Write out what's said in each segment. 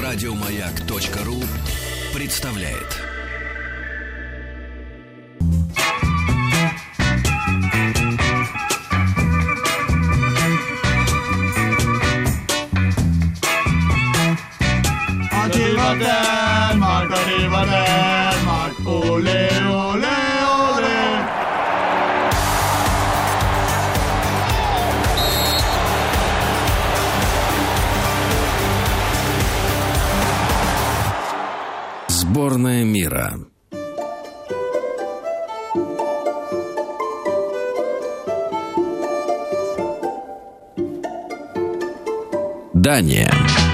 Радиомаяк.ру представляет. Arriva Denmark, ole, ole, ole. Сборная мира. Дания.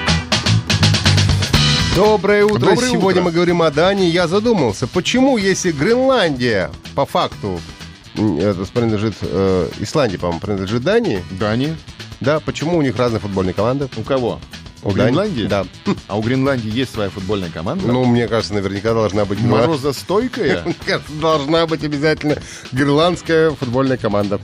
Доброе утро. Сегодня мы говорим о Дании. Я задумался, почему, если Гренландия по факту принадлежит Исландии, по-моему, принадлежит Дании? Дании. Да, почему у них разные футбольные команды? У кого? У Гренландии? Да. А у Гренландии есть своя футбольная команда? Ну, мне кажется, наверняка должна быть... Морозостойкая? Мне кажется, должна быть обязательно гренландская футбольная команда.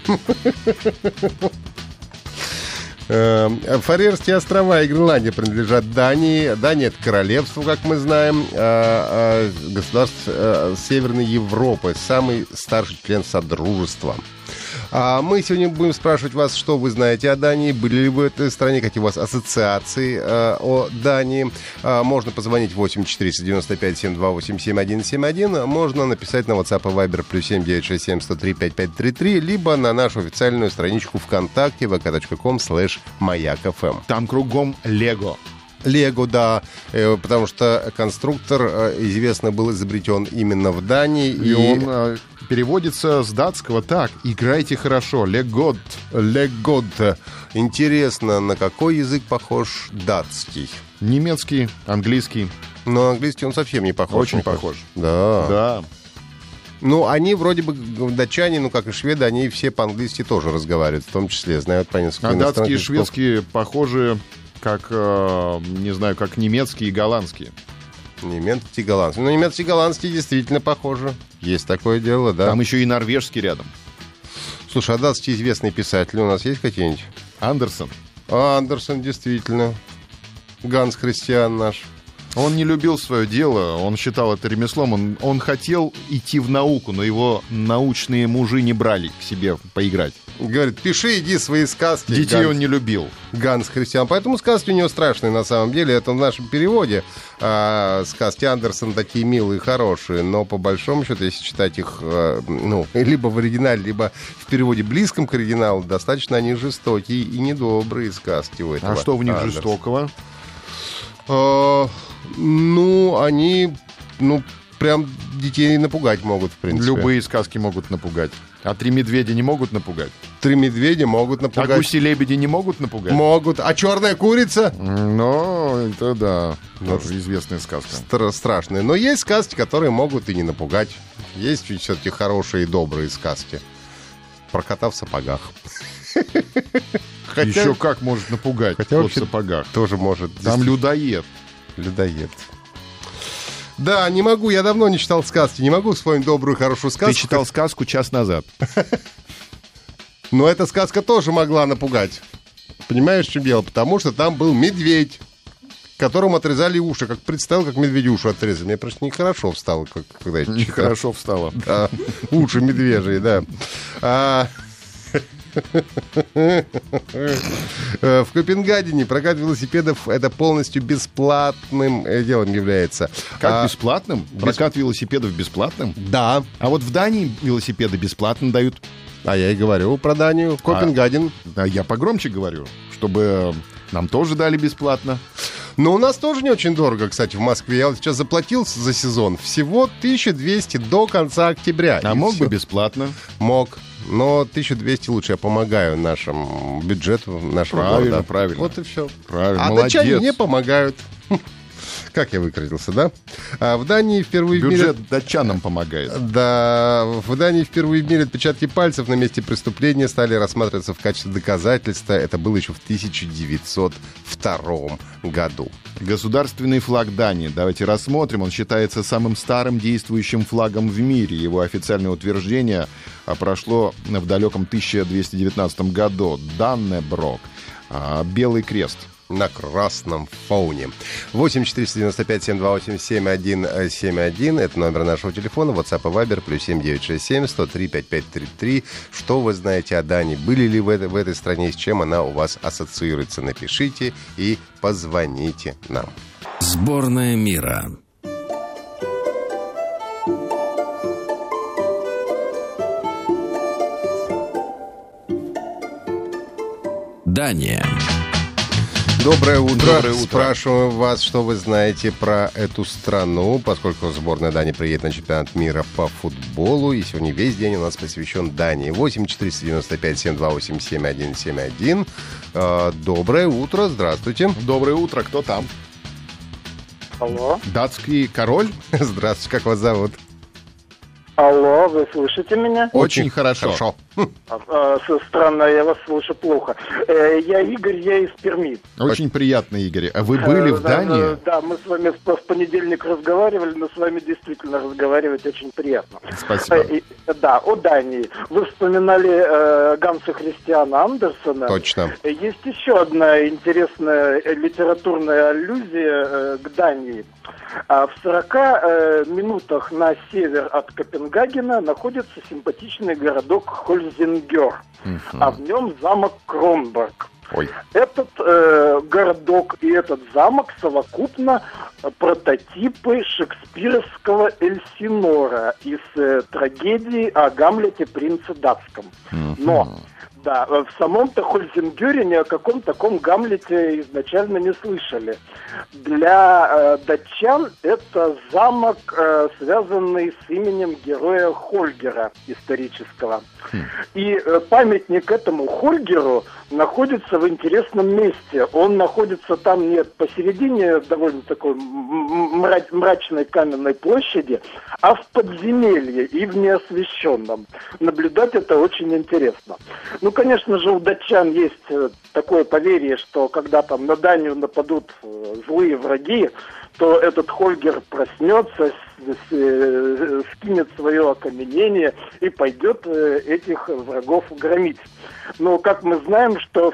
Фарерские острова и Гренландия принадлежат Дании. Дания — это королевство, как мы знаем, государство Северной Европы, самый старший член Содружества. Мы сегодня будем спрашивать вас, что вы знаете о Дании, были ли вы в этой стране, какие у вас ассоциации о Дании. Можно позвонить 8-495-728-7171, можно написать на WhatsApp и Viber +7 967 103 5533, либо на нашу официальную страничку ВКонтакте vk.com/mayak.fm. Там кругом Лего. Лего, да, потому что конструктор, известно, был изобретен именно в Дании. И он переводится с датского так: «Играйте хорошо», «Легод». Легод. Интересно, на какой язык похож датский? Немецкий, английский. Но английский он совсем не похож. Очень похож. Да. Ну, они вроде бы, датчане, как и шведы, они все по-английски тоже разговаривают, в том числе знают по несколько иностранных датские и языков. шведские похожи как, не знаю, как немецкие и голландские. Немецкий и голландский. Ну, немецкий и голландский действительно похожи. Есть такое дело, да. Там еще и норвежский рядом. Слушай, а датские известные писатели у нас есть какие-нибудь? Андерсон. Андерсон, действительно. Ганс Христиан наш. Он не любил свое дело, он считал это ремеслом, он хотел идти в науку, но его научные мужи не брали к себе поиграть. Говорит, пиши, иди свои сказки. Детей он не любил. Ганс Христиан. Поэтому сказки у него страшные на самом деле. Это в нашем переводе. Сказки Андерсона такие милые, хорошие. Но по большому счету, если читать их либо в оригинале, либо в переводе близком к оригиналу, достаточно они жестокие и недобрые сказки у этого. А что в них Андерсона жестокого? Они, прям детей напугать могут, в принципе. Любые сказки могут напугать. А «Три медведя» не могут напугать? «Три медведя» могут напугать. А «Гуси-лебеди» не могут напугать? Могут. А «Черная курица»? Ну, это да. Тоже известная сказка. Страшные. Но есть сказки, которые могут и не напугать. Есть все-таки хорошие и добрые сказки. Про кота в сапогах. Еще как может напугать кот в сапогах? Тоже может. Там людоед. Людоед. Да, не могу, я давно не читал сказки, не могу вспомнить добрую, хорошую сказку. Ты читал сказку час назад. Но эта сказка тоже могла напугать. Понимаешь, в чем дело? Потому что там был медведь, которому отрезали уши. Как представил, как медведю уши отрезали. Мне просто нехорошо встало, когда я читал. Нехорошо встало. Да, уши медвежьи, да. В Копенгагене прокат велосипедов — это полностью бесплатным делом является. Как бесплатным? Прокат велосипедов бесплатным? Да. А вот в Дании велосипеды бесплатно дают. А я и говорю про Данию. Копенгаген. Да, я погромче говорю, чтобы нам тоже дали бесплатно. Но у нас тоже не очень дорого, кстати, в Москве. Я вот сейчас заплатил за сезон всего 1200 до конца октября. А мог бы бесплатно? Мог. Но 1200 лучше. Я помогаю нашему бюджету, нашего города. Правильно. Вот и все. Правильно, а молодец. датчане не помогают. Как я выкрутился, да? В Дании впервые в мире... Бюджет датчанам помогает. Да, в Дании впервые в мире отпечатки пальцев на месте преступления стали рассматриваться в качестве доказательства. Это было еще в 1902 году. Государственный флаг Дании. Давайте рассмотрим. Он считается самым старым действующим флагом в мире. Его официальное утверждение прошло в далеком 1219 году. Даннеброг. Белый крест. на красном фоне. 8-495-728-7171. Это номер нашего телефона. WhatsApp и Viber. +7 967 103 5533. Что вы знаете о Дании? Были ли вы в этой стране? С чем она у вас ассоциируется? Напишите и позвоните нам. Сборная мира. Дания. Доброе утро. Спрашиваем вас, что вы знаете про эту страну, поскольку сборная Дании приедет на чемпионат мира по футболу. И сегодня весь день у нас посвящен Дании. 8-495-728-7171. Доброе утро, здравствуйте. Доброе утро, кто там? Алло. Датский король? Здравствуйте, как вас зовут? Алло, вы слышите меня? Очень хорошо. Странно, я вас слышу плохо. Я Игорь, я из Перми. Очень приятно, Игорь. А вы были в Дании? Да, мы с вами в понедельник разговаривали, но с вами действительно разговаривать очень приятно. Спасибо. Да, о Дании. Вы вспоминали Ганса Христиана Андерсена. Точно. Есть еще одна интересная литературная аллюзия к Дании. В 40 минутах на север от Копенгагена находится симпатичный городок Хользингер, а в нем замок Кронберг. Ой. Этот городок и этот замок совокупно прототипы шекспировского Эльсинора из трагедии о Гамлете принце датском. Но да, в самом-то Хользингере ни о каком таком Гамлете изначально не слышали. Для датчан это замок, связанный с именем героя Хольгера исторического. И памятник этому Хольгеру находится в интересном месте. Он находится там не посередине довольно такой мрачной каменной площади, а в подземелье и в неосвещенном. Наблюдать это очень интересно. Ну, конечно же, у датчан есть такое поверье, что когда там на Данию нападут злые враги, то этот Хольгер проснется, скинет свое окаменение и пойдет этих врагов громить. Но, как мы знаем, что в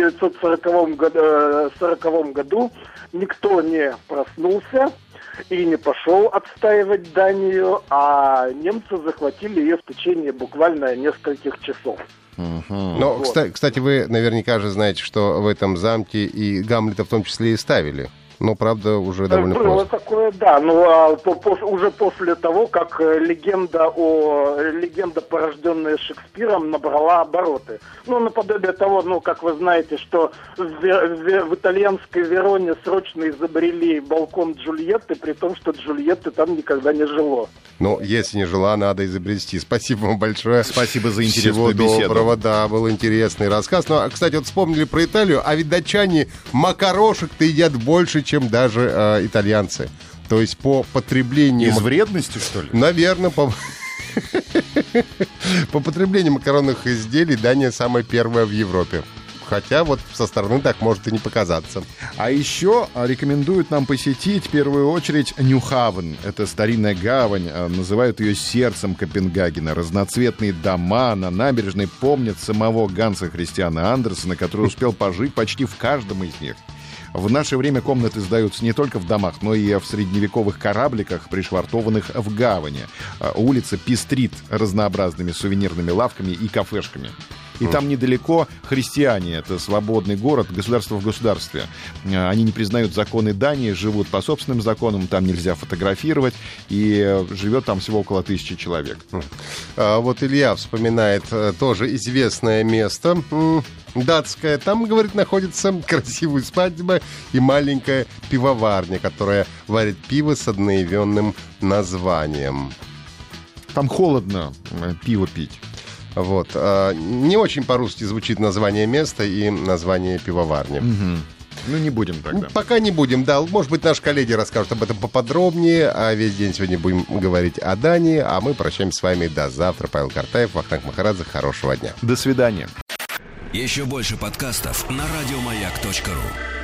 1940 году никто не проснулся и не пошел отстаивать Данию, а немцы захватили ее в течение буквально нескольких часов. Но, Вот. кстати, вы наверняка же знаете, что в этом замке и Гамлета в том числе и ставили. Но, правда, уже довольно Было поздно. такое, да. Ну, уже после того, как легенда, порожденная Шекспиром, набрала обороты. Ну, наподобие того, как вы знаете, что в итальянской Вероне срочно изобрели балкон Джульетты, при том, что Джульетты там никогда не жило. Ну, если не жила, надо изобрести. Спасибо вам большое. Спасибо за интересную Всего беседу. доброго, да, был интересный рассказ. Ну, кстати, вот вспомнили про Италию, а ведь датчане макарошек-то едят больше, чем даже итальянцы. То есть по потреблению... Из вредности, что ли? Наверное, по потреблению макаронных изделий Дания самая первая в Европе. Хотя вот со стороны так может и не показаться. А еще рекомендуют нам посетить в первую очередь Ньюхавен. Это старинная гавань, называют ее сердцем Копенгагена. Разноцветные дома на набережной помнят самого Ганса Христиана Андерсена, который успел пожить почти в каждом из них. В наше время комнаты сдаются не только в домах, но и в средневековых корабликах, пришвартованных в гавани. Улица пестрит разнообразными сувенирными лавками и кафешками. И там недалеко христиане. Это свободный город, государство в государстве. Они не признают законы Дании, живут по собственным законам, там нельзя фотографировать, и живет там всего около 1000 человек. Вот Илья вспоминает тоже известное место датское. Там, говорит, находится красивая усадьба и маленькая пивоварня, которая варит пиво с одноименным названием. Там холодно пиво пить. Вот. Не очень по-русски звучит название места и название пивоварни. Ну, не будем тогда. Пока не будем, да. Может быть, наши коллеги расскажут об этом поподробнее. А весь день сегодня будем говорить о Дании. А мы прощаемся с вами до завтра. Павел Картаев, Вахтанг Махарадзе. Хорошего дня. До свидания. Еще больше подкастов на радиомаяк.ру.